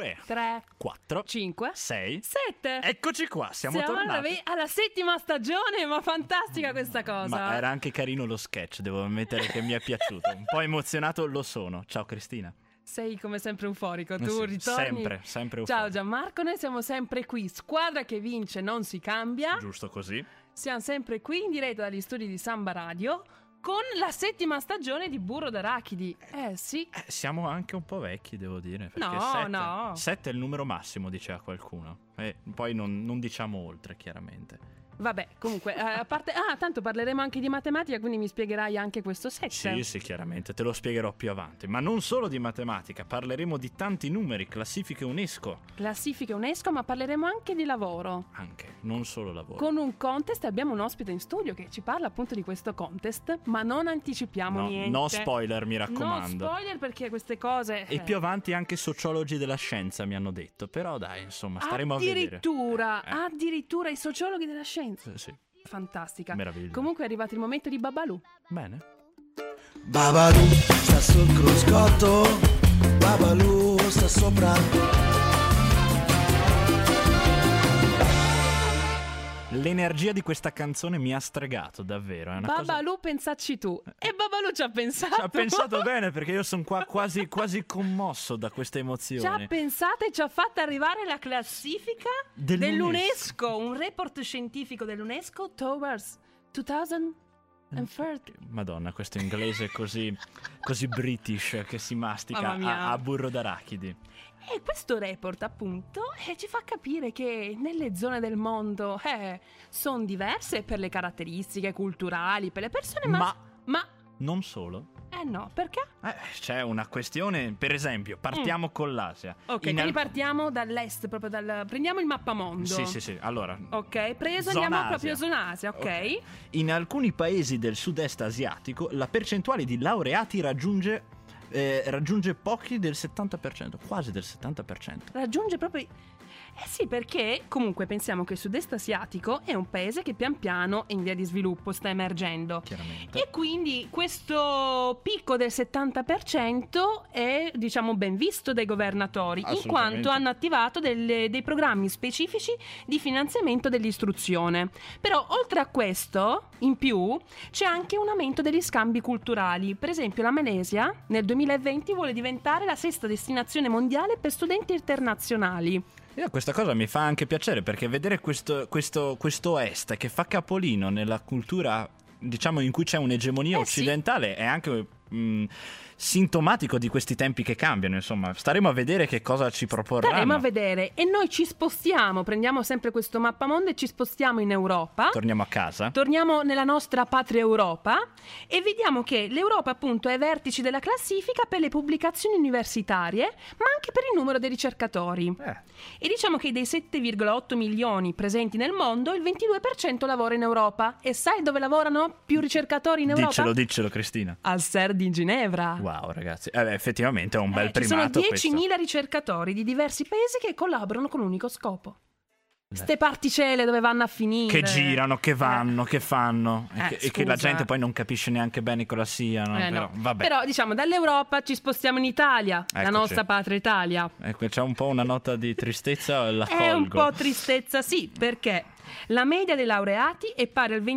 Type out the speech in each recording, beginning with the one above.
3, 4, 5, 6, 7. Eccoci qua, siamo tornati. alla 7ª stagione, ma fantastica questa cosa. Ma era anche carino lo sketch, devo ammettere che mi è piaciuto. Un po' emozionato lo sono. Ciao Cristina. Sei come sempre euforico, tu Sì, ritorni. sempre euforico. Ciao Gianmarco, noi siamo sempre qui, squadra che vince non si cambia. Giusto così. Siamo sempre qui in diretta dagli studi di Samba Radio con la 7ª stagione di Burro d'Arachidi. Sì. Siamo anche un po' vecchi, devo dire. Perché No. 7 è il numero massimo, diceva qualcuno. E poi non diciamo oltre, chiaramente. Vabbè, comunque, a parte... tanto parleremo anche di matematica, quindi mi spiegherai anche questo 7. Sì, chiaramente, te lo spiegherò più avanti. Ma non solo di matematica, parleremo di tanti numeri, classifiche UNESCO. Classifiche UNESCO, ma parleremo anche di lavoro. Anche, non solo lavoro. Con un contest, abbiamo un ospite in studio che ci parla appunto di questo contest, ma non anticipiamo niente. No spoiler, mi raccomando. No spoiler, perché queste cose... E più avanti anche sociologi della scienza mi hanno detto. Però dai, insomma, staremo a vedere. Addirittura i sociologhi della scienza. Sì. Fantastica. Meraviglia. Comunque è arrivato il momento di Babalù. Bene. Babalù sta sul cruscotto, Babalù sta sopra. L'energia di questa canzone mi ha stregato, davvero. È una Babalù, pensacci tu. E Babalù ci ha pensato. Ci ha pensato bene, perché io sono qua quasi commosso da queste Ci emozioni. ha pensato e ci ha fatto arrivare la classifica dell'UNESCO. Un report scientifico dell'UNESCO towards 2030. Madonna, questo inglese così british che si mastica a burro d'arachidi. E questo report appunto ci fa capire che nelle zone del mondo sono diverse per le caratteristiche culturali, per le persone, ma non solo. No, perché? C'è una questione, per esempio, partiamo con l'Asia. Ok, quindi partiamo dall'est, proprio prendiamo il mappamondo. Sì, allora. Ok, preso, zona andiamo Asia. proprio zona Asia, ok? In alcuni paesi del sud-est asiatico la percentuale di laureati raggiunge pochi del 70%, quasi del 70%. Raggiunge proprio... sì, perché comunque pensiamo che il sud-est asiatico è un paese che pian piano è in via di sviluppo, sta emergendo. Chiaramente. E quindi questo picco del 70% è, diciamo, ben visto dai governatori, in quanto hanno attivato dei programmi specifici di finanziamento dell'istruzione. Però oltre a questo, in più, c'è anche un aumento degli scambi culturali. Per esempio la Malesia nel 2020 vuole diventare la 6ª destinazione mondiale per studenti internazionali. Questa cosa mi fa anche piacere, perché vedere questo est che fa capolino nella cultura, diciamo, in cui c'è un'egemonia occidentale, è anche sintomatico di questi tempi che cambiano. Insomma, staremo a vedere che cosa ci proporranno. Staremo a vedere, e noi ci spostiamo, prendiamo sempre questo mappamondo e ci spostiamo in Europa. Torniamo a casa. Torniamo nella nostra patria Europa e vediamo che l'Europa appunto è ai vertici della classifica per le pubblicazioni universitarie, ma anche per il numero dei ricercatori. E diciamo che dei 7,8 milioni presenti nel mondo, il 22% lavora in Europa. E sai dove lavorano più ricercatori in Europa? Diccelo Cristina. Al CERN di Ginevra. Wow, ragazzi, effettivamente è un bel primato. Ci sono 10.000 ricercatori di diversi paesi che collaborano con un unico scopo. Ste particelle dove vanno a finire? Che girano, che vanno, che fanno, e che la gente poi non capisce neanche bene cosa siano. No. Vabbè. Però diciamo dall'Europa ci spostiamo in Italia, la nostra patria Italia. Ecco, c'è un po' una nota di tristezza, la colgo. È un po' tristezza, sì, perché la media dei laureati è pari al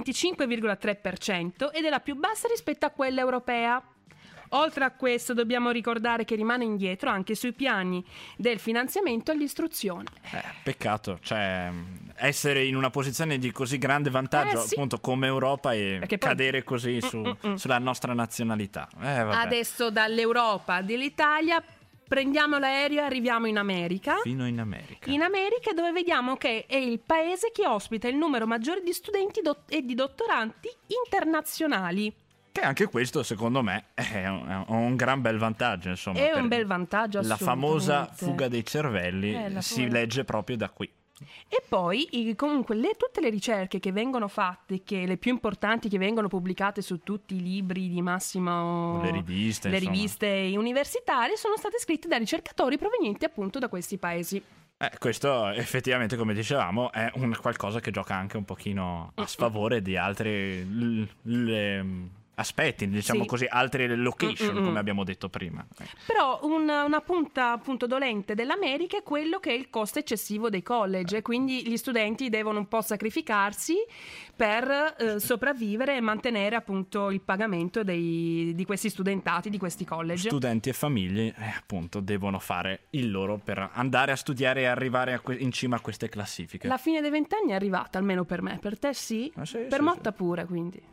25,3% ed è la più bassa rispetto a quella europea. Oltre a questo dobbiamo ricordare che rimane indietro anche sui piani del finanziamento all'istruzione. Peccato, cioè essere in una posizione di così grande vantaggio appunto come Europa e perché cadere così sulla nostra nazionalità. Vabbè. Adesso dall'Europa, dell'Italia, prendiamo l'aereo e arriviamo in America. Fino in America. In America, dove vediamo che è il paese che ospita il numero maggiore di studenti e di dottoranti internazionali. Che anche questo, secondo me, è un gran bel vantaggio, insomma. È un bel vantaggio, assolutamente. La famosa fuga dei cervelli si legge proprio da qui. E poi, comunque, tutte le ricerche che vengono fatte, che le più importanti che vengono pubblicate su tutti i libri di massimo... Le riviste universitarie, sono state scritte da ricercatori provenienti appunto da questi paesi. Questo effettivamente, come dicevamo, è qualcosa che gioca anche un pochino a sfavore di altre aspetti, diciamo così, altre location, come abbiamo detto prima. Però una punta appunto dolente dell'America è quello che è il costo eccessivo dei college, quindi gli studenti devono un po' sacrificarsi per sopravvivere e mantenere appunto il pagamento di questi studentati, di questi college. Studenti e famiglie appunto devono fare il loro per andare a studiare e arrivare in cima a queste classifiche. La fine dei 20 anni è arrivata, almeno per me, per te sì? Per Motta pure, quindi.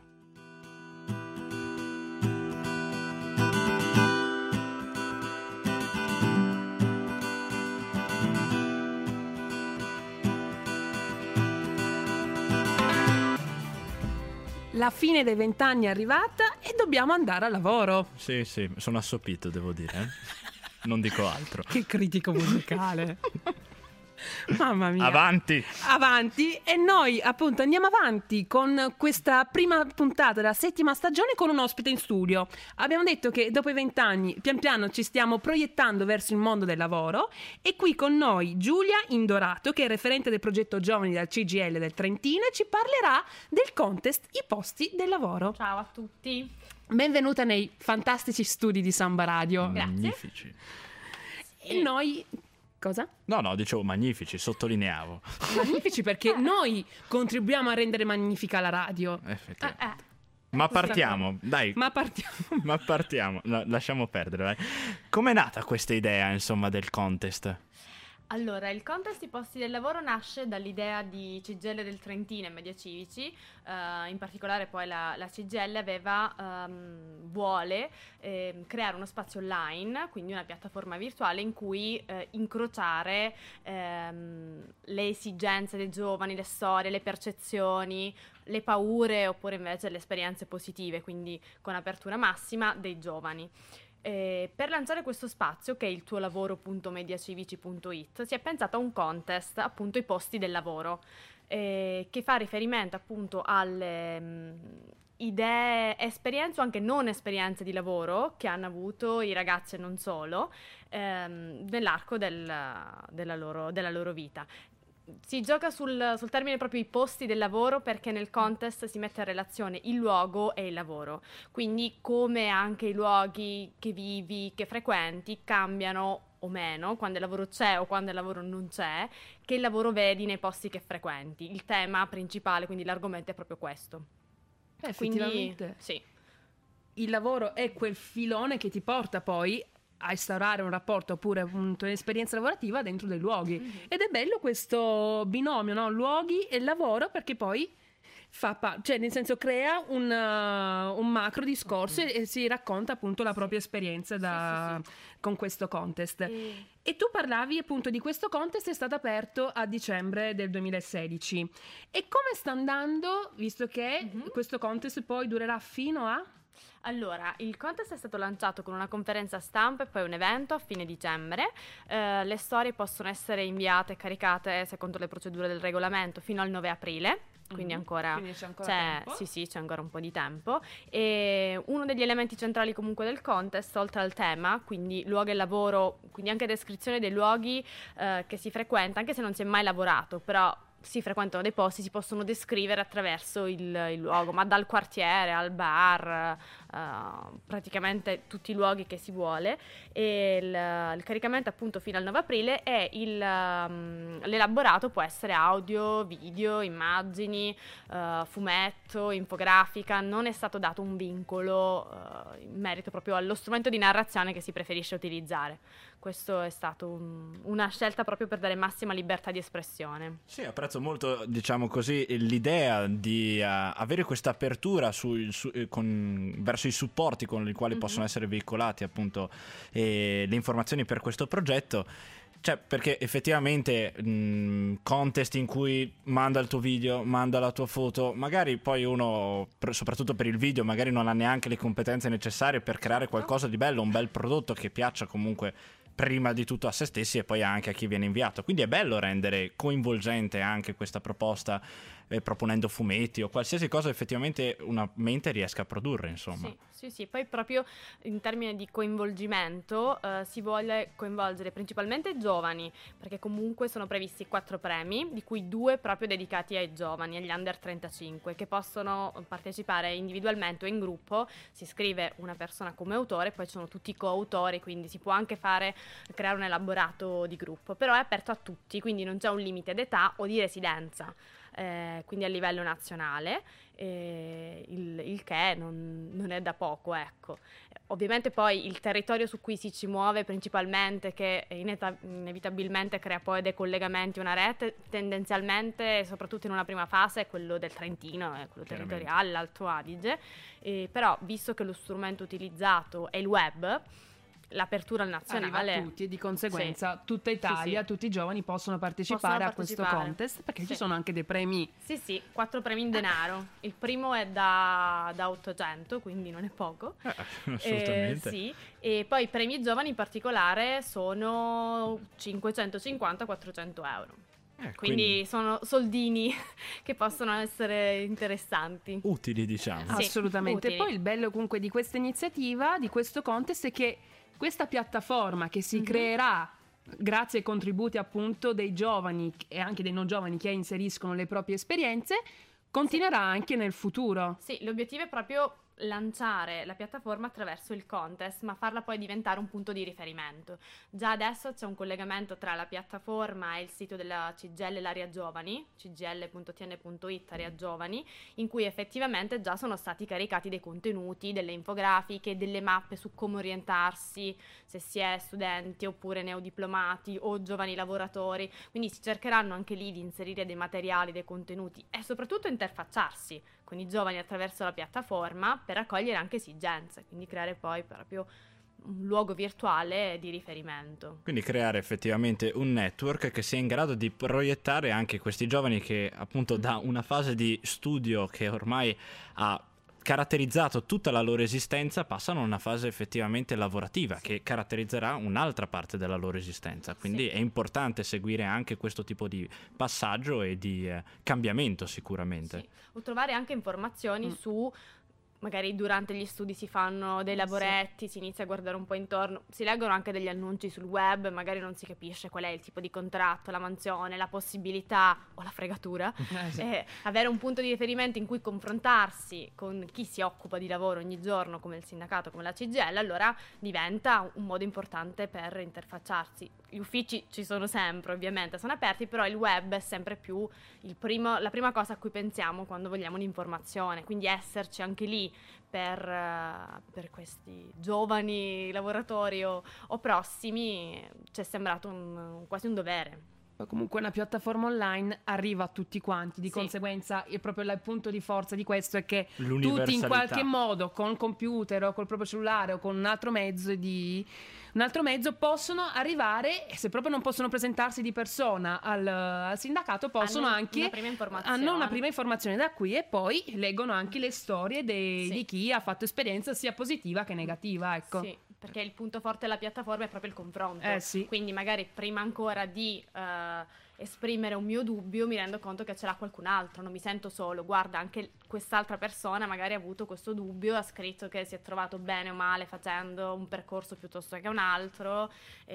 La fine dei 20 anni è arrivata e dobbiamo andare al lavoro. Sì, sono assopito, devo dire. Non dico altro. Che critico musicale. Mamma mia. Avanti. E noi appunto andiamo avanti con questa prima puntata della 7ª stagione con un ospite in studio. Abbiamo detto che dopo i 20 anni pian piano ci stiamo proiettando verso il mondo del lavoro e qui con noi Giulia Indorato, che è referente del progetto Giovani del CGIL del Trentino, e ci parlerà del contest I Posti del Lavoro. Ciao a tutti. Benvenuta nei fantastici studi di Samba Radio. Magnifici. E noi... Cosa? No, dicevo magnifici, sottolineavo. Magnifici perché noi contribuiamo a rendere magnifica la radio. Effettivamente. Ma partiamo, dai. Ma partiamo. No, lasciamo perdere, vai. Com'è nata questa idea, insomma, del contest? Allora, il contest I Posti del Lavoro nasce dall'idea di CGIL del Trentino e Media Civici, in particolare poi la CGIL vuole creare uno spazio online, quindi una piattaforma virtuale in cui incrociare le esigenze dei giovani, le storie, le percezioni, le paure oppure invece le esperienze positive, quindi con apertura massima dei giovani. Per lanciare questo spazio, che è il tuolavoro.mediacivici.it, si è pensato a un contest, appunto I Posti del Lavoro, che fa riferimento appunto alle idee, esperienze o anche non esperienze di lavoro che hanno avuto i ragazzi e non solo nell'arco della loro vita. Si gioca sul termine proprio I Posti del Lavoro, perché nel contest si mette in relazione il luogo e il lavoro, quindi come anche i luoghi che vivi, che frequenti cambiano o meno quando il lavoro c'è o quando il lavoro non c'è, che il lavoro vedi nei posti che frequenti. Il tema principale, quindi l'argomento, è proprio questo. Effettivamente. Quindi, sì. Il lavoro è quel filone che ti porta poi a instaurare un rapporto oppure appunto un'esperienza lavorativa dentro dei luoghi. Ed è bello questo binomio, no? Luoghi e lavoro, perché poi cioè nel senso crea un macro discorso e si racconta appunto la propria esperienza con questo contest. E tu parlavi appunto di questo contest, è stato aperto a dicembre del 2016. E come sta andando, visto che questo contest poi durerà fino a... Allora, il contest è stato lanciato con una conferenza stampa e poi un evento a fine dicembre. Le storie possono essere inviate e caricate secondo le procedure del regolamento fino al 9 aprile. Quindi Quindi c'è ancora tempo. Sì, c'è ancora un po' di tempo. E uno degli elementi centrali comunque del contest, oltre al tema, quindi luogo e lavoro, quindi anche descrizione dei luoghi che si frequenta, anche se non si è mai lavorato, però si frequentano dei posti, si possono descrivere attraverso il luogo, ma dal quartiere al bar, praticamente tutti i luoghi che si vuole. E il caricamento appunto fino al 9 aprile e l'elaborato può essere audio, video, immagini, fumetto, infografica. Non è stato dato un vincolo in merito proprio allo strumento di narrazione che si preferisce utilizzare. Questo è stato una scelta proprio per dare massima libertà di espressione. Sì, apprezzo molto, diciamo così, l'idea di avere questa apertura verso i supporti con i quali possono essere veicolati appunto le informazioni per questo progetto. Cioè, perché effettivamente contest in cui manda il tuo video, manda la tua foto, magari poi uno, soprattutto per il video, magari non ha neanche le competenze necessarie per creare qualcosa di bello, un bel prodotto che piaccia comunque prima di tutto a se stessi e poi anche a chi viene inviato. Quindi è bello rendere coinvolgente anche questa proposta proponendo fumetti o qualsiasi cosa effettivamente una mente riesca a produrre, insomma. Sì, poi proprio in termini di coinvolgimento si vuole coinvolgere principalmente i giovani, perché comunque sono previsti 4 premi, di cui 2 proprio dedicati ai giovani, agli under 35, che possono partecipare individualmente o in gruppo. Si iscrive una persona come autore, poi ci sono tutti i coautori, quindi si può anche creare un elaborato di gruppo, però è aperto a tutti, quindi non c'è un limite d'età o di residenza. Quindi a livello nazionale, il che non è da poco, ecco. Ovviamente poi il territorio su cui si ci muove principalmente, che inevitabilmente crea poi dei collegamenti, una rete, tendenzialmente, soprattutto in una prima fase, è quello del Trentino, è quello territoriale, l'Alto Adige, però visto che lo strumento utilizzato è il web, l'apertura nazionale arriva a tutti e di conseguenza tutta Italia, tutti i giovani possono partecipare a questo contest, perché ci sono anche dei premi. Sì, 4 premi in denaro. Il primo è da 800, quindi non è poco. Assolutamente. E poi i premi giovani in particolare sono 550-400 euro. Quindi sono soldini che possono essere interessanti. Utili, diciamo. Assolutamente. Utili. Poi il bello comunque di questa iniziativa, di questo contest, è che questa piattaforma che si creerà grazie ai contributi appunto dei giovani e anche dei non giovani che inseriscono le proprie esperienze continuerà anche nel futuro. Sì, l'obiettivo è proprio lanciare la piattaforma attraverso il contest, ma farla poi diventare un punto di riferimento. Già adesso c'è un collegamento tra la piattaforma e il sito della CGIL l'Area Giovani, cgil.tn.it Area Giovani, in cui effettivamente già sono stati caricati dei contenuti, delle infografiche, delle mappe su come orientarsi, se si è studenti oppure neodiplomati o giovani lavoratori, quindi si cercheranno anche lì di inserire dei materiali, dei contenuti e soprattutto interfacciarsi con i giovani attraverso la piattaforma per raccogliere anche esigenze, quindi creare poi proprio un luogo virtuale di riferimento. Quindi creare effettivamente un network che sia in grado di proiettare anche questi giovani che appunto da una fase di studio che ormai ha caratterizzato tutta la loro esistenza passano a una fase effettivamente lavorativa che caratterizzerà un'altra parte della loro esistenza, quindi è importante seguire anche questo tipo di passaggio e di cambiamento sicuramente. O trovare anche informazioni su magari durante gli studi si fanno dei lavoretti, si inizia a guardare un po' intorno, si leggono anche degli annunci sul web, magari non si capisce qual è il tipo di contratto, la mansione, la possibilità o la fregatura, avere un punto di riferimento in cui confrontarsi con chi si occupa di lavoro ogni giorno come il sindacato, come la CGIL, allora diventa un modo importante per interfacciarsi. Gli uffici ci sono sempre, ovviamente, sono aperti, però il web è sempre più la prima cosa a cui pensiamo quando vogliamo un'informazione, quindi esserci anche lì per questi giovani lavoratori o prossimi ci è sembrato quasi un dovere. Comunque una piattaforma online arriva a tutti quanti, di conseguenza è proprio il punto di forza di questo è che tutti in qualche modo con il computer o col proprio cellulare o con un altro mezzo possono arrivare, e se proprio non possono presentarsi di persona al sindacato possono hanno una prima informazione da qui e poi leggono anche le storie di chi ha fatto esperienza sia positiva che negativa, ecco. Sì, perché il punto forte della piattaforma è proprio il confronto, quindi magari prima ancora di esprimere un mio dubbio mi rendo conto che ce l'ha qualcun altro, non mi sento solo, guarda anche quest'altra persona magari ha avuto questo dubbio, ha scritto che si è trovato bene o male facendo un percorso piuttosto che un altro,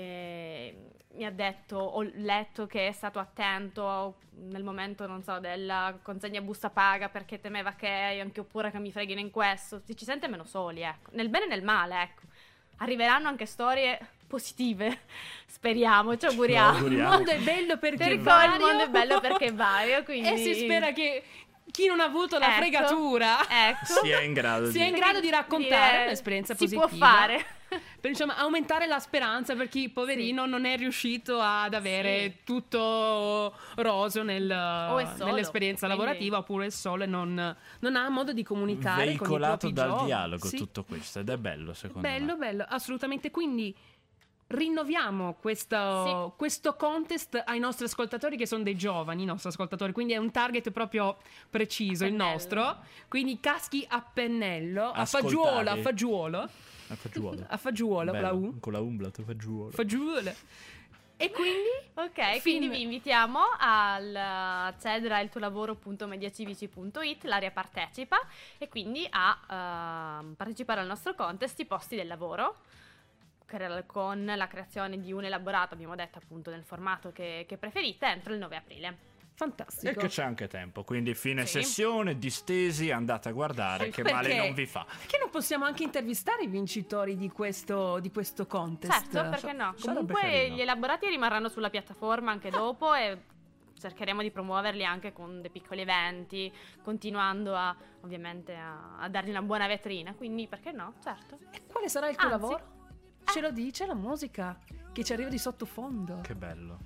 mi ha detto, ho letto che è stato attento nel momento, non so, della consegna busta paga perché temeva che anche oppure che mi freghino in questo, ci sente meno soli, ecco, nel bene e nel male, ecco. Arriveranno anche storie positive, speriamo, ci auguriamo. Il mondo è bello perché è vario. Il mondo è bello perché è vario, quindi... E si spera che chi non ha avuto la fregatura sia in grado di raccontare un'esperienza positiva. Si può fare. Per insomma aumentare la speranza per chi poverino non è riuscito ad avere tutto roseo nell'esperienza lavorativa oppure è solo e non ha modo di comunicare veicolato con i propri dal giovani. Dialogo tutto questo ed è bello secondo me. Bello, assolutamente. Quindi rinnoviamo questo contest ai nostri ascoltatori che sono dei giovani, i nostri ascoltatori, quindi è un target proprio preciso il nostro, quindi caschi a pennello, a fagiolo con la umblato fagiolo. E quindi? Ok, quindi vi invitiamo al cedra.iltuolavoro.mediacivici.it, l'area partecipa, e quindi a partecipare al nostro contest I posti del lavoro, con la creazione di un elaborato, abbiamo detto appunto nel formato che preferite, entro il 9 aprile. Fantastico. E che c'è anche tempo, quindi fine sessione, distesi, andate a guardare, che male non vi fa. Perché non possiamo anche intervistare i vincitori di questo contest? Certo, perché no? Comunque gli elaborati rimarranno sulla piattaforma anche dopo, e cercheremo di promuoverli anche con dei piccoli eventi, continuando ovviamente a dargli una buona vetrina, quindi perché no? Certo. E quale sarà il tuo lavoro? Ce lo dice la musica che ci arriva di sottofondo. Che bello.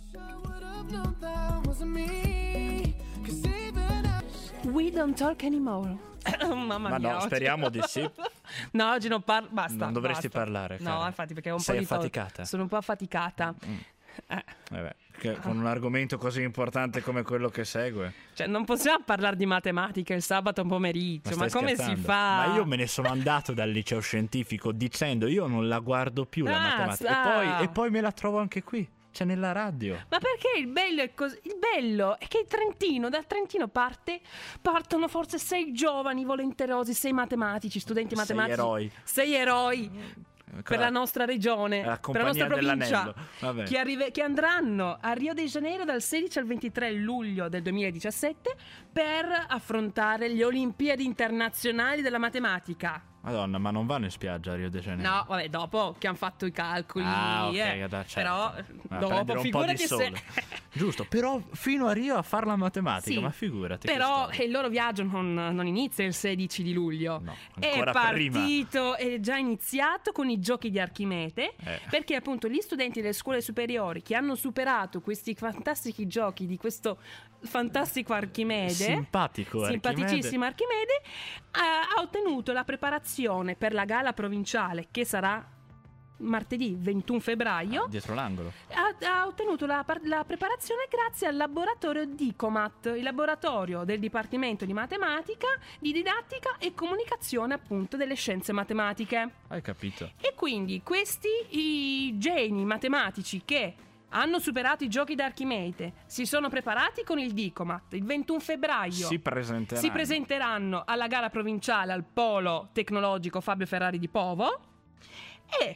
We don't talk anymore. Mamma mia. No, speriamo di sì. No, oggi non parlo. Basta. Non dovresti basta. parlare. No, cara. infatti, perché ho un Sei po' di affaticata. Sono un po' affaticata. Vabbè, con un argomento così importante come quello che segue. Cioè, non possiamo parlare di matematica il sabato pomeriggio. Ma come si fa? Ma io me ne sono andato dal liceo scientifico dicendo io non la guardo più la matematica. E poi me la trovo anche qui. C'è nella radio. Ma perché il bello è così? Il bello è che dal Trentino partono forse 6 giovani volenterosi, 6 matematici, studenti matematici. 6 eroi. Per la nostra regione, per la nostra provincia, che andranno a Rio de Janeiro dal 16 al 23 luglio del 2017 per affrontare le Olimpiadi internazionali della matematica. Madonna, ma non vanno in spiaggia a Rio de Janeiro? No, vabbè, dopo che hanno fatto i calcoli. Certo. Però dopo figurati se... Giusto, però fino a Rio a fare la matematica, sì, ma figurati. Però il loro viaggio non inizia il 16 di luglio. No, è partito, è già iniziato con i giochi di Archimede, perché appunto gli studenti delle scuole superiori che hanno superato questi fantastici giochi di questo fantastico Archimede, simpaticissimo Archimede, ha ottenuto la preparazione per la gala provinciale che sarà martedì 21 febbraio. Dietro l'angolo. Ha ottenuto la preparazione grazie al laboratorio DICOMAT, il laboratorio del Dipartimento di Matematica, di Didattica e Comunicazione appunto delle Scienze Matematiche. Hai capito. E quindi i geni matematici che hanno superato i giochi d'Archimede, si sono preparati con il DICOMAT, il 21 febbraio si presenteranno alla gara provinciale al Polo Tecnologico Fabio Ferrari di Povo e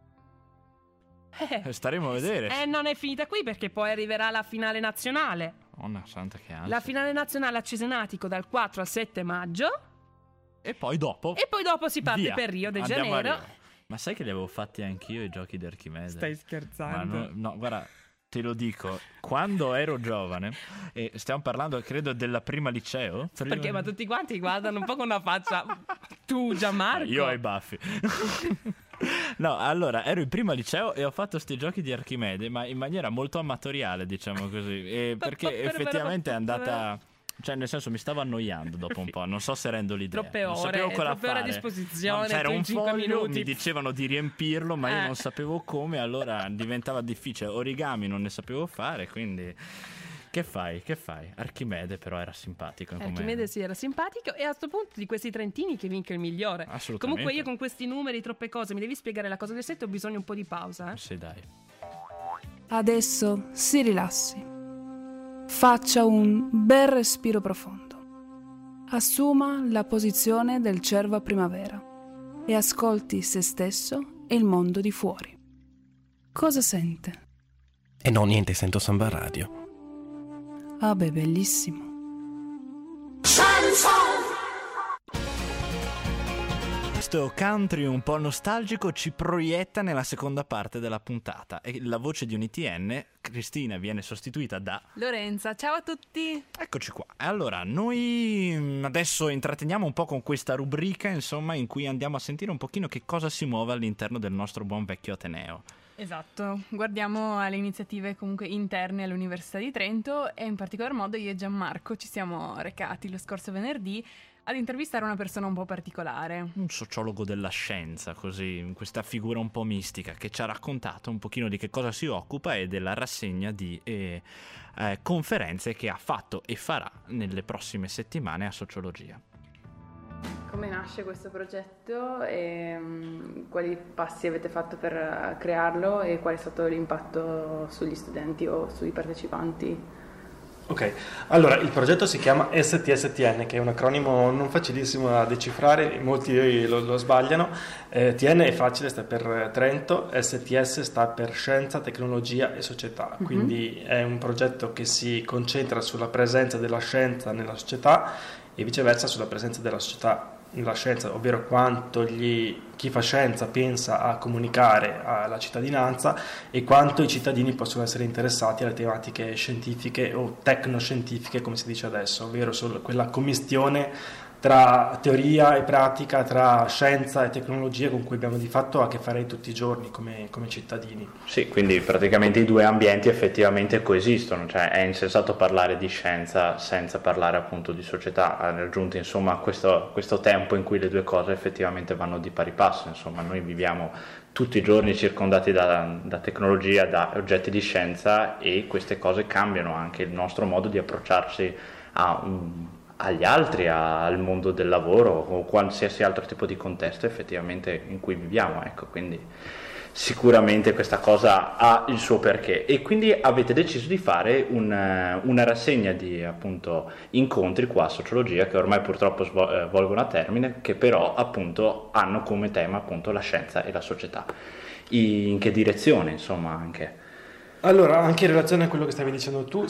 staremo a vedere. Non è finita qui, perché poi arriverà la finale nazionale. Oh, una santa che ansia. La finale nazionale a Cesenatico dal 4 al 7 maggio. E poi dopo si parte per Rio de Janeiro. Ma sai che li avevo fatti anch'io i giochi di Archimede? Stai scherzando? No, guarda, te lo dico, quando ero giovane, e stiamo parlando credo della prima liceo. Perché? Ma tutti quanti guardano un po' con una faccia. Tu, Gianmarco? Io ho i baffi. No, allora, ero in prima liceo e ho fatto sti giochi di Archimede, ma in maniera molto amatoriale, diciamo così, perché effettivamente è andata... Cioè, nel senso, mi stavo annoiando dopo un po'. Non so se rendo l'idea. Troppe ore a disposizione. C'era un 5 foglio, minuti. mi dicevano di riempirlo, ma io non sapevo come. Allora diventava difficile. Origami non ne sapevo fare, quindi... Che fai? Archimede però era simpatico. Archimede sì, era simpatico. E a questo punto di questi trentini che vinca il migliore. Assolutamente. Comunque io con questi numeri, troppe cose, mi devi spiegare la cosa del 7, ho bisogno un po' di pausa. Sì, dai. Adesso si rilassi. Faccia un bel respiro profondo. Assuma la posizione del cervo a primavera e ascolti se stesso e il mondo di fuori. Cosa sente? E no, niente, sento Samba Radio. Ah beh, bellissimo. Questo country un po' nostalgico ci proietta nella seconda parte della puntata e la voce di un ITN, Cristina, viene sostituita da Lorenza. Ciao a tutti. Eccoci qua. Allora, noi adesso intratteniamo un po' con questa rubrica, insomma, in cui andiamo a sentire un pochino che cosa si muove all'interno del nostro buon vecchio Ateneo. Esatto, guardiamo alle iniziative comunque interne all'Università di Trento e in particolar modo io e Gianmarco ci siamo recati lo scorso venerdì ad intervistare una persona un po' particolare. Un sociologo della scienza, così, questa figura un po' mistica che ci ha raccontato un pochino di che cosa si occupa e della rassegna di conferenze che ha fatto e farà nelle prossime settimane a Sociologia. Come nasce questo progetto e quali passi avete fatto per crearlo e qual è stato l'impatto sugli studenti o sui partecipanti? Ok, allora il progetto si chiama STSTN, che è un acronimo non facilissimo da decifrare, molti lo sbagliano. TN è facile, sta per Trento, STS sta per Scienza, Tecnologia e Società, quindi è un progetto che si concentra sulla presenza della scienza nella società e viceversa sulla presenza della società nella scienza, ovvero quanto chi fa scienza pensa a comunicare alla cittadinanza e quanto i cittadini possono essere interessati alle tematiche scientifiche o tecnoscientifiche, come si dice adesso, ovvero quella commistione tra teoria e pratica, tra scienza e tecnologia con cui abbiamo di fatto a che fare tutti i giorni come cittadini. Sì, quindi praticamente i due ambienti effettivamente coesistono, cioè è insensato parlare di scienza senza parlare appunto di società, ha raggiunto insomma questo tempo in cui le due cose effettivamente vanno di pari passo, insomma noi viviamo tutti i giorni circondati da tecnologia, da oggetti di scienza e queste cose cambiano anche il nostro modo di approcciarsi agli altri, al mondo del lavoro o qualsiasi altro tipo di contesto effettivamente in cui viviamo, ecco, quindi sicuramente questa cosa ha il suo perché e quindi avete deciso di fare una rassegna di appunto incontri qua a Sociologia che ormai purtroppo volgono a termine, che però appunto hanno come tema appunto la scienza e la società. In che direzione insomma anche? Allora, anche in relazione a quello che stavi dicendo tu,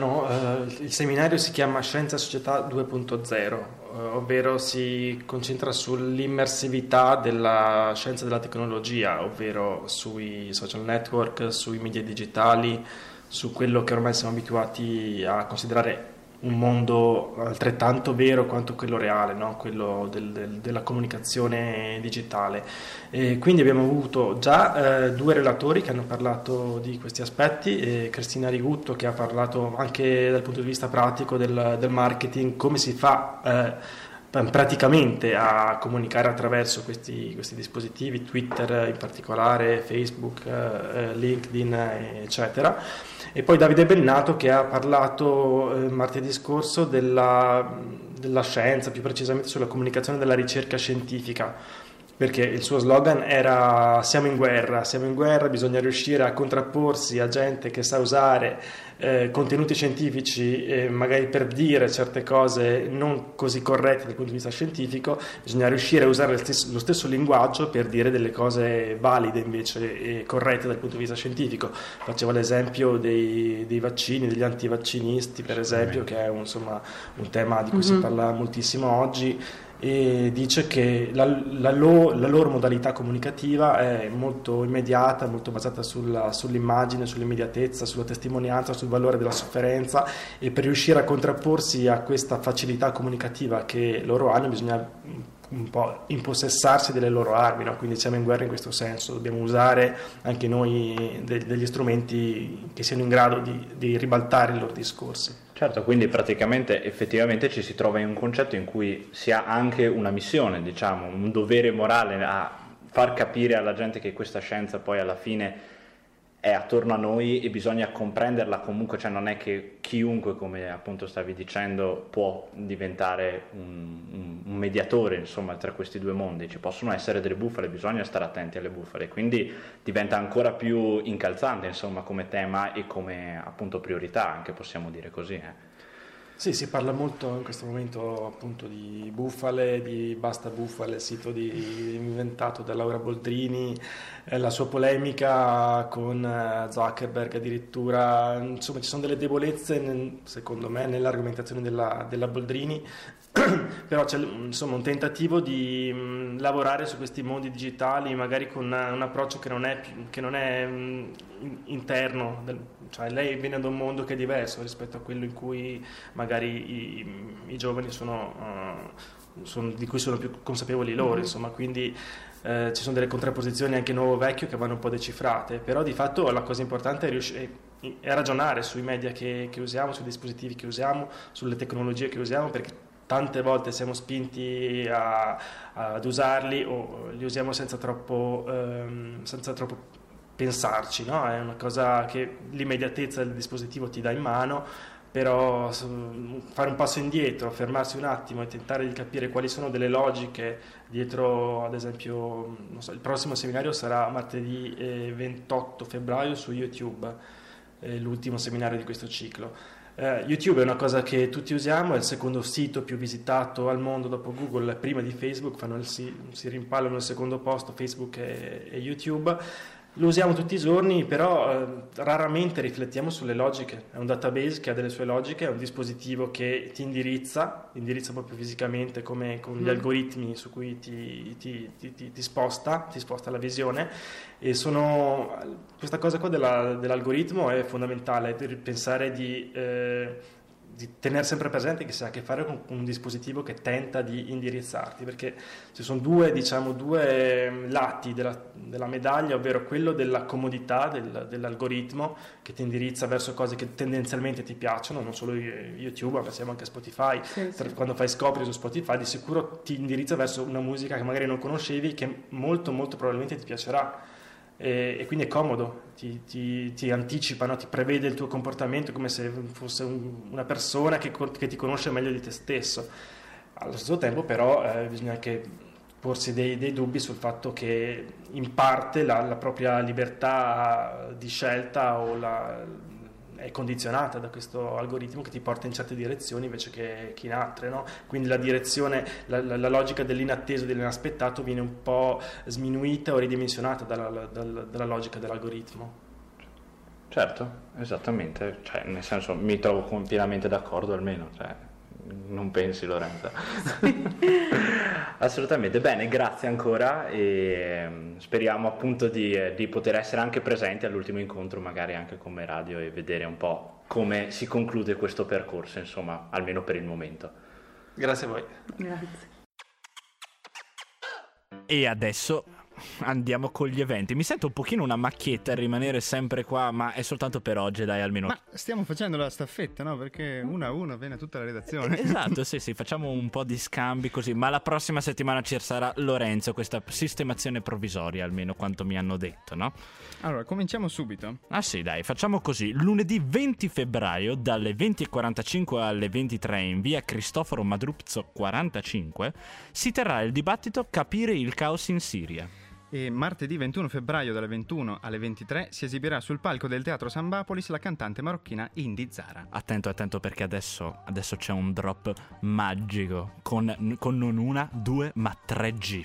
il seminario si chiama Scienza e Società 2.0, ovvero si concentra sull'immersività della scienza e della tecnologia, ovvero sui social network, sui media digitali, su quello che ormai siamo abituati a considerare un mondo altrettanto vero quanto quello reale, no? Quello della comunicazione digitale. E quindi abbiamo avuto già due relatori che hanno parlato di questi aspetti, Cristina Rigutto che ha parlato anche dal punto di vista pratico del marketing, come si fa praticamente a comunicare attraverso questi dispositivi, Twitter in particolare, Facebook, LinkedIn, eccetera. E poi Davide Bennato che ha parlato martedì scorso della scienza, più precisamente sulla comunicazione della ricerca scientifica, perché il suo slogan era siamo in guerra, bisogna riuscire a contrapporsi a gente che sa usare contenuti scientifici magari per dire certe cose non così corrette dal punto di vista scientifico, bisogna riuscire a usare lo stesso linguaggio per dire delle cose valide invece e corrette dal punto di vista scientifico. Faceva l'esempio dei vaccini, degli antivaccinisti per esempio, che è un tema di cui si parla moltissimo oggi, e dice che la loro modalità comunicativa è molto immediata, molto basata sull'immagine, sull'immediatezza, sulla testimonianza, sul valore della sofferenza, e per riuscire a contrapporsi a questa facilità comunicativa che loro hanno bisogna un po' impossessarsi delle loro armi, no? Quindi siamo in guerra in questo senso, dobbiamo usare anche noi degli strumenti che siano in grado di ribaltare i loro discorsi. Certo, quindi praticamente effettivamente ci si trova in un concetto in cui si ha anche una missione, diciamo, un dovere morale a far capire alla gente che questa scienza poi alla fine è attorno a noi e bisogna comprenderla comunque, cioè non è che chiunque, come appunto stavi dicendo, può diventare un mediatore insomma tra questi due mondi, ci possono essere delle bufale, bisogna stare attenti alle bufale, quindi diventa ancora più incalzante insomma come tema e come appunto priorità, anche possiamo dire così. Sì, si parla molto in questo momento appunto di bufale, di Basta Bufale, il sito inventato da Laura Boldrini, la sua polemica con Zuckerberg addirittura, insomma ci sono delle debolezze secondo me nell'argomentazione della Boldrini, però c'è insomma un tentativo di lavorare su questi mondi digitali magari con un approccio che non è interno, cioè lei viene da un mondo che è diverso rispetto a quello in cui magari i giovani di cui sono più consapevoli loro, insomma, quindi ci sono delle contrapposizioni anche nuovo-vecchio che vanno un po' decifrate, però di fatto la cosa importante è riuscire a ragionare sui media che usiamo, sui dispositivi che usiamo, sulle tecnologie che usiamo, perché tante volte siamo spinti ad usarli o li usiamo senza troppo pensarci, no? È una cosa che l'immediatezza del dispositivo ti dà in mano, però fare un passo indietro, fermarsi un attimo e tentare di capire quali sono delle logiche dietro, ad esempio, non so, il prossimo seminario sarà martedì 28 febbraio su YouTube, l'ultimo seminario di questo ciclo. YouTube è una cosa che tutti usiamo, è il secondo sito più visitato al mondo dopo Google, prima di Facebook, si rimpallano al secondo posto Facebook e YouTube. Lo usiamo tutti i giorni, però raramente riflettiamo sulle logiche. È un database che ha delle sue logiche, è un dispositivo che ti indirizza proprio fisicamente, come con gli algoritmi su cui ti sposta la visione. E questa cosa qua dell'algoritmo è fondamentale, per pensare di tenere sempre presente che si ha a che fare con un dispositivo che tenta di indirizzarti, perché ci sono due lati della medaglia, ovvero quello della comodità dell'algoritmo che ti indirizza verso cose che tendenzialmente ti piacciono, non solo YouTube, ma pensiamo anche a Spotify. Quando fai scopri su Spotify di sicuro ti indirizza verso una musica che magari non conoscevi, che molto molto probabilmente ti piacerà. E quindi è comodo, ti anticipa, no? Ti prevede il tuo comportamento come se fosse una persona che ti conosce meglio di te stesso. Allo stesso tempo però bisogna anche porsi dei dubbi sul fatto che in parte la propria libertà di scelta è condizionata da questo algoritmo che ti porta in certe direzioni invece che in altre, no? Quindi la direzione, la logica dell'inatteso, dell'inaspettato viene un po' sminuita o ridimensionata dalla logica dell'algoritmo. Certo, esattamente, nel senso mi trovo pienamente d'accordo almeno, non pensi, Lorenza? Assolutamente. Bene, grazie ancora e speriamo appunto di poter essere anche presenti all'ultimo incontro, magari anche come radio, e vedere un po' come si conclude questo percorso, insomma, almeno per il momento. Grazie a voi. Grazie. E adesso andiamo con gli eventi. Mi sento un pochino una macchietta a rimanere sempre qua, ma è soltanto per oggi, dai, almeno. Ma stiamo facendo la staffetta, no? Perché 1 a 1 viene tutta la redazione. Esatto, sì, facciamo un po' di scambi così, ma la prossima settimana ci sarà Lorenzo, questa sistemazione provvisoria, almeno quanto mi hanno detto, no? Allora, cominciamo subito. Ah sì, dai, facciamo così. Lunedì 20 febbraio dalle 20:45 alle 23 in via Cristoforo Madruzzo 45 si terrà il dibattito Capire il caos in Siria. E martedì 21 febbraio dalle 21 alle 23 si esibirà sul palco del Teatro Sambapolis la cantante marocchina Indy Zara. Attento perché adesso c'è un drop magico con non una, 2 ma 3 G.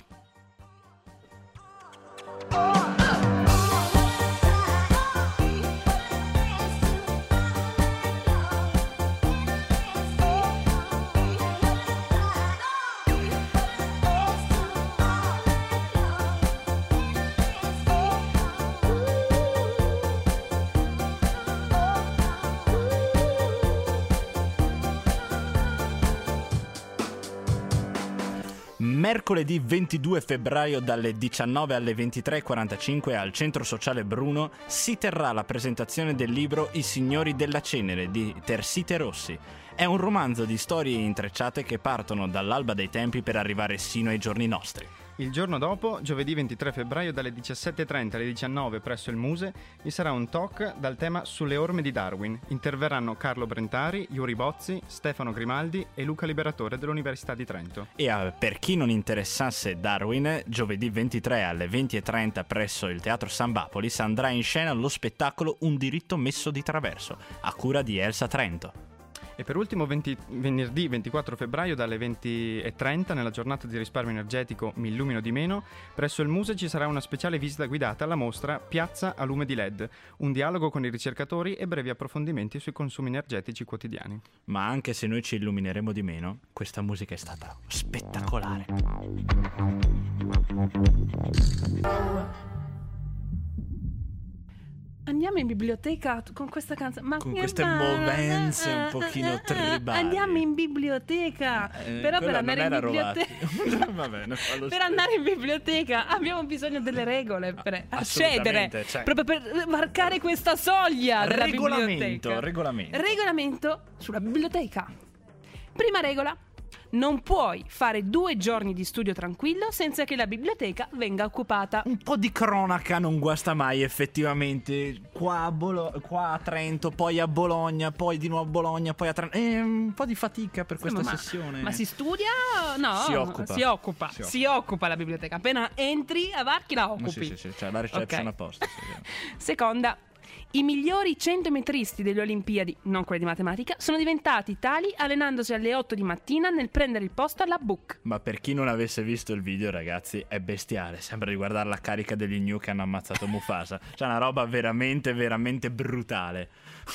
Mercoledì 22 febbraio dalle 19 alle 23:45 al Centro Sociale Bruno si terrà la presentazione del libro I Signori della Cenere di Tersite Rossi. È un romanzo di storie intrecciate che partono dall'alba dei tempi per arrivare sino ai giorni nostri. Il giorno dopo, giovedì 23 febbraio dalle 17:30 alle 19 presso il Muse, vi sarà un talk dal tema Sulle orme di Darwin. Interverranno Carlo Brentari, Yuri Bozzi, Stefano Grimaldi e Luca Liberatore dell'Università di Trento. E per chi non interessasse Darwin, giovedì 23 alle 20:30 presso il Teatro Sambapolis andrà in scena lo spettacolo Un diritto messo di traverso, a cura di Elsa Trento. E per ultimo venerdì 24 febbraio dalle 20:30 nella giornata di risparmio energetico Mi illumino di meno, presso il Muse ci sarà una speciale visita guidata alla mostra Piazza a lume di LED, un dialogo con i ricercatori e brevi approfondimenti sui consumi energetici quotidiani. Ma anche se noi ci illumineremo di meno, questa musica è stata spettacolare. Andiamo in biblioteca con questa canzone. Con queste movenze un pochino tribali. Andiamo in biblioteca. Però per andare in biblioteca va bene, per andare in biblioteca abbiamo bisogno delle regole per accedere, proprio per varcare questa soglia della biblioteca. Regolamento sulla biblioteca. Prima regola: Non puoi fare 2 giorni di studio tranquillo senza che la biblioteca venga occupata. Un po' di cronaca non guasta mai, effettivamente. Qua a Trento, poi a Bologna, poi di nuovo a Bologna, poi a Trento. Un po' di fatica per questa sessione. Ma si studia? No, si occupa la biblioteca. Appena entri a varchi la occupi. Sì, cioè la reception apposta. Seconda, i migliori 100-metristi delle Olimpiadi, non quelle di matematica, sono diventati tali allenandosi alle 8 di mattina nel prendere il posto alla Book. Ma per chi non avesse visto il video, ragazzi, è bestiale. Sembra di guardare la carica degli Gnu che hanno ammazzato Mufasa. C'è una roba veramente, veramente brutale.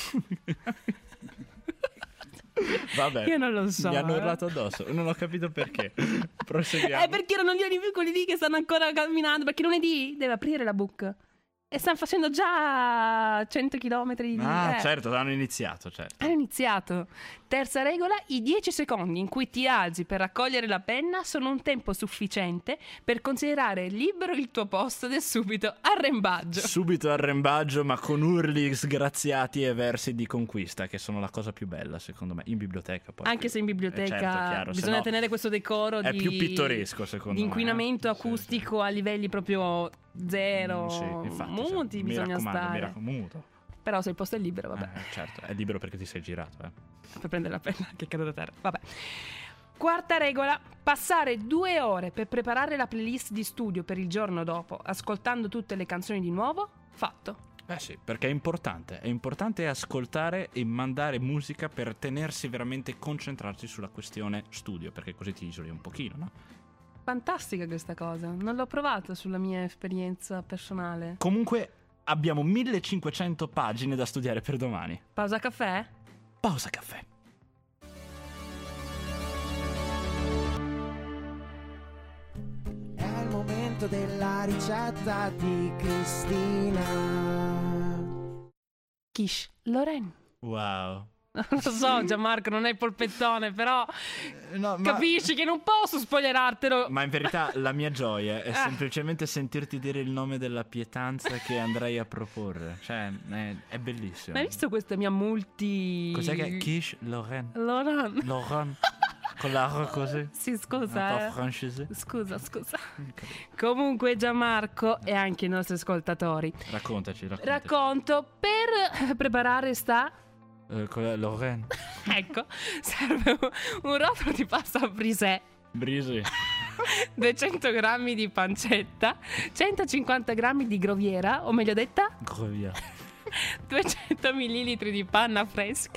Vabbè, io non lo so. Mi hanno urlato addosso, non ho capito perché. Proseguiamo. Perché erano gli più quelli lì che stanno ancora camminando, perché lunedì deve aprire la Book. E stanno facendo già 100 chilometri di... certo, hanno iniziato, Hanno iniziato. Terza regola, i 10 secondi in cui ti alzi per raccogliere la penna sono un tempo sufficiente per considerare libero il tuo posto ed è subito arrembaggio. Subito arrembaggio, ma con urli sgraziati e versi di conquista, che sono la cosa più bella, secondo me, in biblioteca. Poi anche se in biblioteca chiaro, bisogna tenere questo decoro è più pittoresco, secondo me. Di inquinamento acustico a livelli proprio zero. Sì, infatti, muti bisogna stare. Muto. Però se il posto è libero, vabbè. Certo, è libero perché ti sei girato, per prendere la penna che cade da terra. Vabbè. Quarta regola, passare 2 ore per preparare la playlist di studio per il giorno dopo, ascoltando tutte le canzoni di nuovo, fatto. Sì, perché è importante ascoltare e mandare musica per tenersi veramente concentrarsi sulla questione studio, perché così ti isoli un pochino, no? Fantastica questa cosa, non l'ho provata sulla mia esperienza personale. Comunque abbiamo 1500 pagine da studiare per domani. Pausa caffè? Pausa caffè. È il momento della ricetta di Cristina. Quiche Lorraine. Wow. Non lo so, Gianmarco, non è polpettone, però capisci che non posso spoilerartelo. Ma in verità la mia gioia è semplicemente sentirti dire il nome della pietanza che andrei a proporre. Cioè, è bellissimo. Ma hai visto questa mia Cos'è che è? Quiche Lorraine. Lorraine. Con la così? Sì, scusa. Un po' francese. Scusa. Comunque, Gianmarco e anche i nostri ascoltatori. Raccontaci. Racconto, per preparare sta... Lorraine. Ecco, serve un rotolo di pasta brisée. 200 grammi di pancetta, 150 grammi di groviera, o meglio detta groviera, 200 millilitri di panna fresca,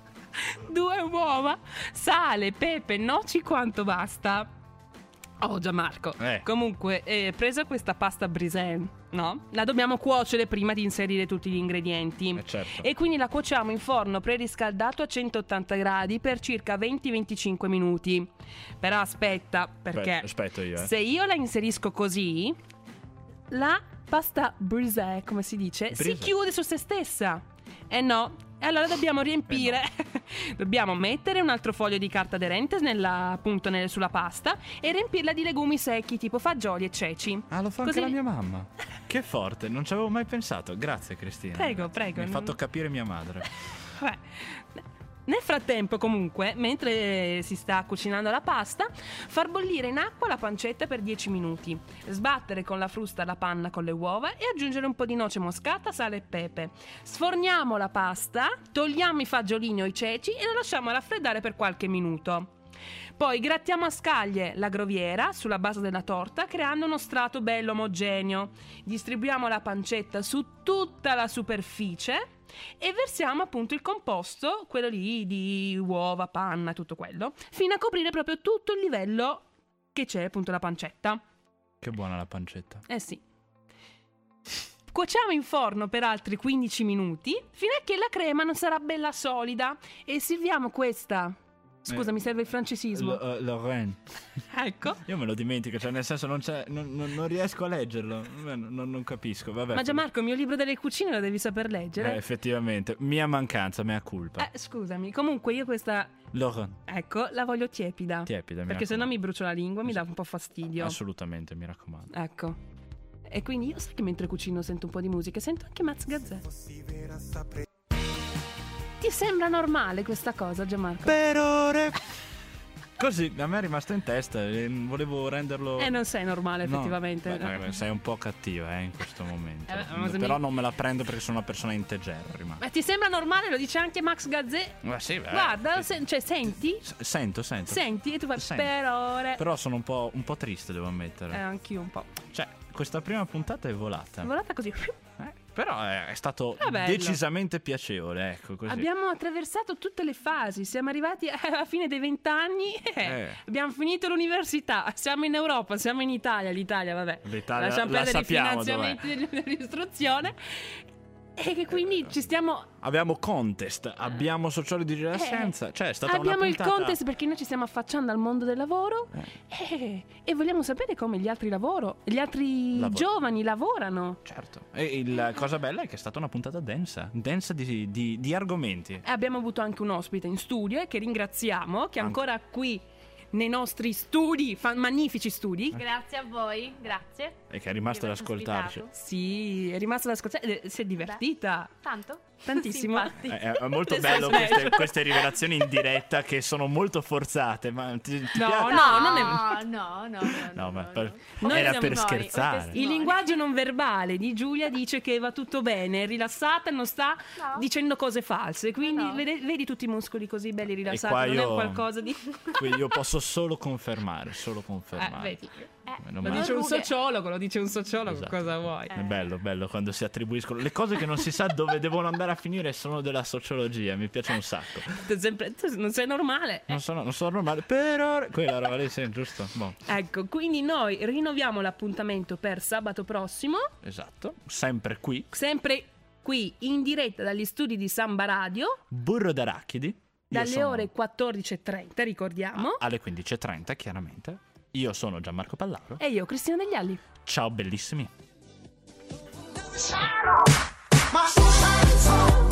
2 uova, sale, pepe, noci quanto basta. Oh Gianmarco, comunque presa questa pasta brisée, no? La dobbiamo cuocere prima di inserire tutti gli ingredienti. Certo. E quindi la cuociamo in forno preriscaldato a 180 gradi per circa 20-25 minuti. Però aspetta, perché aspetto io, se io la inserisco così, la pasta brisée, come si dice, si chiude su se stessa. No. E allora dobbiamo riempire, dobbiamo mettere un altro foglio di carta aderente sulla pasta e riempirla di legumi secchi tipo fagioli e ceci. Lo fa anche la mia mamma. Che forte, non ci avevo mai pensato. Grazie Cristina. Prego. Mi hai fatto capire mia madre. Nel frattempo, comunque, mentre si sta cucinando la pasta, far bollire in acqua la pancetta per 10 minuti, sbattere con la frusta la panna con le uova e aggiungere un po' di noce moscata, sale e pepe. Sforniamo la pasta, togliamo i fagiolini o i ceci e la lasciamo raffreddare per qualche minuto. Poi grattiamo a scaglie la groviera sulla base della torta, creando uno strato bello omogeneo. Distribuiamo la pancetta su tutta la superficie e versiamo appunto il composto, quello lì di uova, panna e tutto quello, fino a coprire proprio tutto il livello che c'è appunto la pancetta. Che buona la pancetta. Sì. Cuociamo in forno per altri 15 minuti fino a che la crema non sarà bella solida e serviamo questa. Scusa, mi serve il francesismo. Lorraine. Ecco. Io me lo dimentico, cioè nel senso non riesco a leggerlo. Non capisco, vabbè. Ma Gianmarco, il mio libro delle cucine lo devi saper leggere. Effettivamente, mia mancanza, mea culpa. Scusami, comunque io questa Lorraine. Ecco, la voglio tiepida. Perché sennò mi brucio la lingua, mi dà un po' fastidio. Assolutamente, mi raccomando. Ecco. E quindi io sai che mentre cucino sento un po' di musica, sento anche Maz Gazzè. Ti sembra normale questa cosa, Gianmarco? Per ore. Così a me è rimasto in testa e volevo renderlo... non sei normale effettivamente. Beh, sei un po' cattiva in questo momento. Però non me la prendo perché sono una persona integra. Ma ti sembra normale? Lo dice anche Max Gazzè. Sì, guarda, cioè senti? Sento. Senti e tu fai Però sono un po' triste, devo ammettere. Anch'io un po'. Cioè, questa prima puntata è volata. È volata così. Però è stato decisamente piacevole, ecco, così. Abbiamo attraversato tutte le fasi, siamo arrivati alla fine dei 20 anni, abbiamo finito l'università, siamo in Europa, siamo in Italia, l'Italia, vabbè, lasciamo perdere i finanziamenti dell'istruzione. E che quindi ci stiamo... Abbiamo contest, abbiamo Sociologi di Rilassenza, cioè è stata abbiamo una puntata... il contest perché noi ci stiamo affacciando al mondo del lavoro e vogliamo sapere come gli altri giovani lavorano. Certo, e la cosa bella è che è stata una puntata densa di argomenti. Abbiamo avuto anche un ospite in studio che ringraziamo, che è ancora qui nei nostri studi, magnifici studi. Grazie a voi, grazie. E che è rimasto ad ascoltarci. Sì, è rimasto ad ascoltarci. Si è divertita. Tanto? Tantissimo. È molto bello queste rivelazioni in diretta che sono molto forzate. Ma ti piace? No, era per scherzare. Il linguaggio non verbale di Giulia dice che va tutto bene, è rilassata, non sta dicendo cose false. Quindi vedi tutti i muscoli così belli rilassati, non è qualcosa di... Qui io posso solo confermare. Vedi. Lo dice un sociologo, esatto. Cosa vuoi? È bello quando si attribuiscono le cose che non si sa dove devono andare a finire, sono della sociologia, mi piace un sacco. Non sei normale. Non sono normale, però quella roba lì, sì, giusto? Boh. Ecco, quindi noi rinnoviamo l'appuntamento per sabato prossimo. Esatto, sempre qui in diretta dagli studi di Samba Radio. Burro d'arachidi. Dalle ore 14.30, ricordiamo. Alle 15.30, chiaramente. Io sono Gianmarco Pallaro. E io, Cristina Degli Alli. Ciao bellissimi.